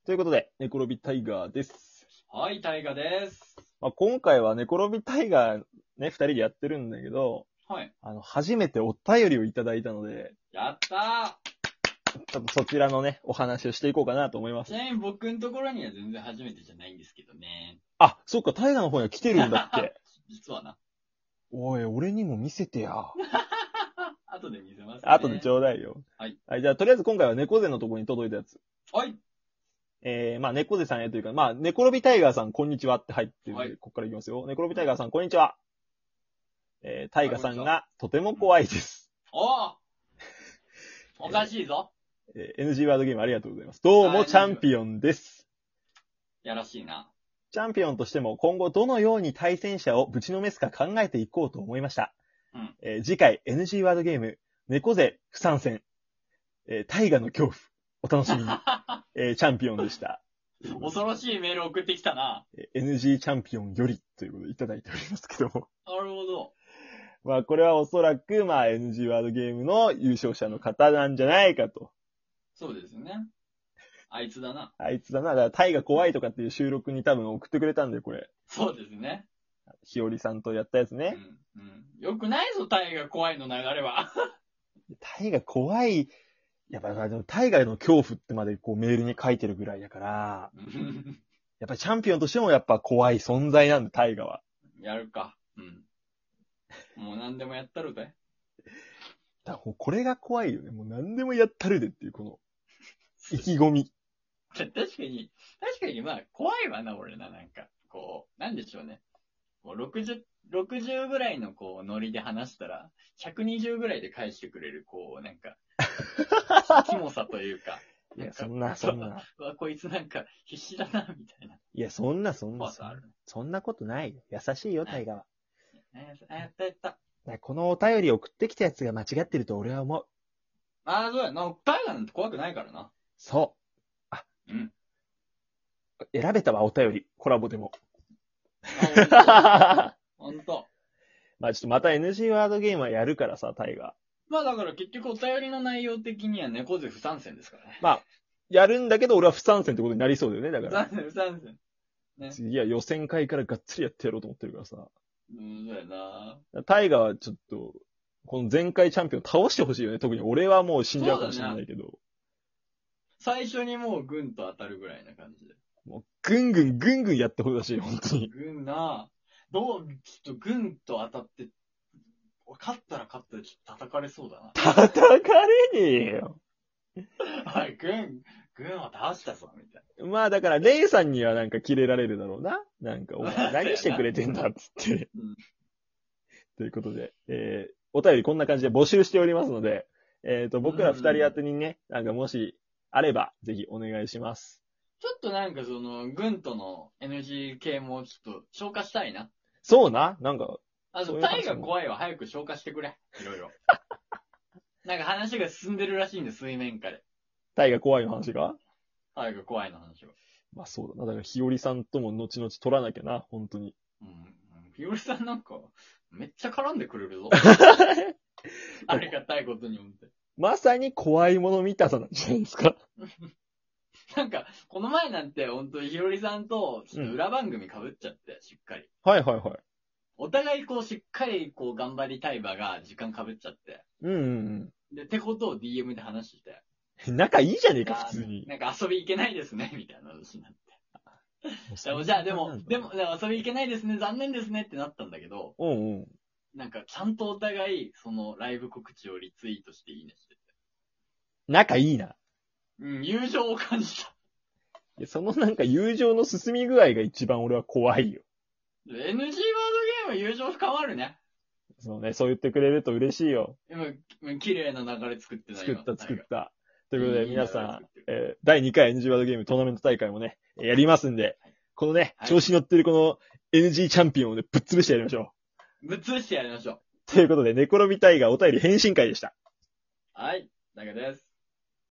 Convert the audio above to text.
ということで、ネコロビタイガーです。 はい、タイガです。 今回はネコロビタイガーね、二人でやってるんだけど、 はい。 初めてお便りをいただいたので、 やったちょっとそちらのね、お話をしていこうかなと思いまー。 す。 ちなみに僕のところには全然初めてじゃないんですけどね。 あ、そっか、タイガーの方には来てるんだっけ。 実はな。 おい、俺にも見せてや。 後で見せますね。 後でちょうだいよ。 はい。 はい、じゃあ、とりあえず今回は猫背のところに届いたやつ。 はい。 猫背さんへというか、ネコロビタイガーさん、こんにちはって入ってるんで、 はいここからいきますよ。ネコロビタイガーさん、こんにちは。タイガーさんがとても怖いです。 おかしいぞ。 NG ワードゲームありがとうございます。どうもチャンピオンです。 やらしいな。 チャンピオンとしても今後どのように対戦者をぶちのめすか考えていこうと思いました。次回 NG ワードゲーム、猫背不参戦、タイガの恐怖、お楽しみに。チャンピオンでした。 恐ろしいメール送ってきたな。 NG チャンピオンよりということでいただいておりますけども。 なるほど。 これはおそらく、NG ワードゲームの優勝者の方なんじゃないかと。 そうですね。あいつだな。 あいつだな。だからタイが怖いとかっていう収録に多分送ってくれたんで、これ。 そうですね。 ひよりさんとやったやつね。 よくないぞ、タイが怖いの流れは。 タイが怖い。やっぱり、タイガーの恐怖ってまでこうメールに書いてるぐらいだから、やっぱりチャンピオンとしてもやっぱ怖い存在なんだ、タイガーは。 やるか。もう何でもやったるぜ。 これが怖いよね。もう何でもやったるでっていうこの、意気込み。 確かに怖いわな、俺な、なんか。なんでしょうね。60ぐらいのノリで話したら、120ぐらいで返してくれる、なんか、キモさというか。 いや、そんな。 こいつなんか必死だな、みたいな。 いや、そんな。 怖さあるね。 そんなことないよ。優しいよ、タイガーは。 やった。 このお便り送ってきたやつが間違ってると俺は思う。 そうやな。タイガーなんて怖くないからな。 そう。選べたわ、お便り。コラボでも。 ほんと。 ちょっとまた NG ワードゲームはやるからさ、タイガー。 だから結局お便りの内容的には猫背不参戦ですからね。 やるんだけど俺は不参戦ってことになりそうだよね、だから。 不参戦。 ね。次は予選会からがっつりやってやろうと思ってるからさ。 そうやな。 タイガーはちょっと、この前回チャンピオン倒してほしいよね。特に俺はもう死んじゃうかもしれないけど。 最初にもうグンと当たるぐらいな感じで。 もうぐんぐんやってほしい、本当に。 グンなちょっとグンと当たって、勝ったらちょっと叩かれそうだな。 叩かれねえよ。 はい、グンは倒したぞ、みたいな。だから、レイさんにはなんかキレられるだろうな。なんか、お前何してくれてんだっつって。ということで、お便りこんな感じで募集しておりますので、僕ら二人宛てにね、なんかもしあれば、ぜひお願いします。 ちょっとなんかグンとの NG 系もちょっと消化したいな。 そうな。なんか。 タイが怖いは早く消化してくれ。いろいろ。なんか話が進んでるらしいんで、水面下で。 タイが怖いの話がタイが怖いの話が。 そうだな。だから、ひよりさんとも後々取らなきゃな、本当に。 ひよりさんなんか、めっちゃ絡んでくれるぞ。ありがたいことに思って。 まさに怖いもの見たさなんじゃないですか。 なんか、この前なんて、本当にひよりさんと、ちょっと裏番組被っちゃって、しっかり。 はい。 お互いしっかり頑張りたい場が時間被っちゃって。で、ってことを DM で話して。 仲いいじゃねえか、普通に。 なんか遊び行けないですね、みたいな話になって。でも、遊び行けないですね、残念ですねってなったんだけど、なんか、ちゃんとお互い、ライブ告知をリツイートしていいねしてて。 仲いいな。 友情を感じた。 そのなんか友情の進み具合が一番俺は怖いよ。 NG ワードゲームは友情深まるね。 そうね、そう言ってくれると嬉しいよ。 今、綺麗な流れ作ってないよ。 作った。ということで、皆さん、第2回 NG ワードゲームトーナメント大会もね、やりますんで、このね、調子乗ってるこの NG チャンピオンをね、ぶっ潰してやりましょう。ぶっ潰してやりましょう。 ということで、ネコロビタイガーお便り返信会でした。 はい、だけです。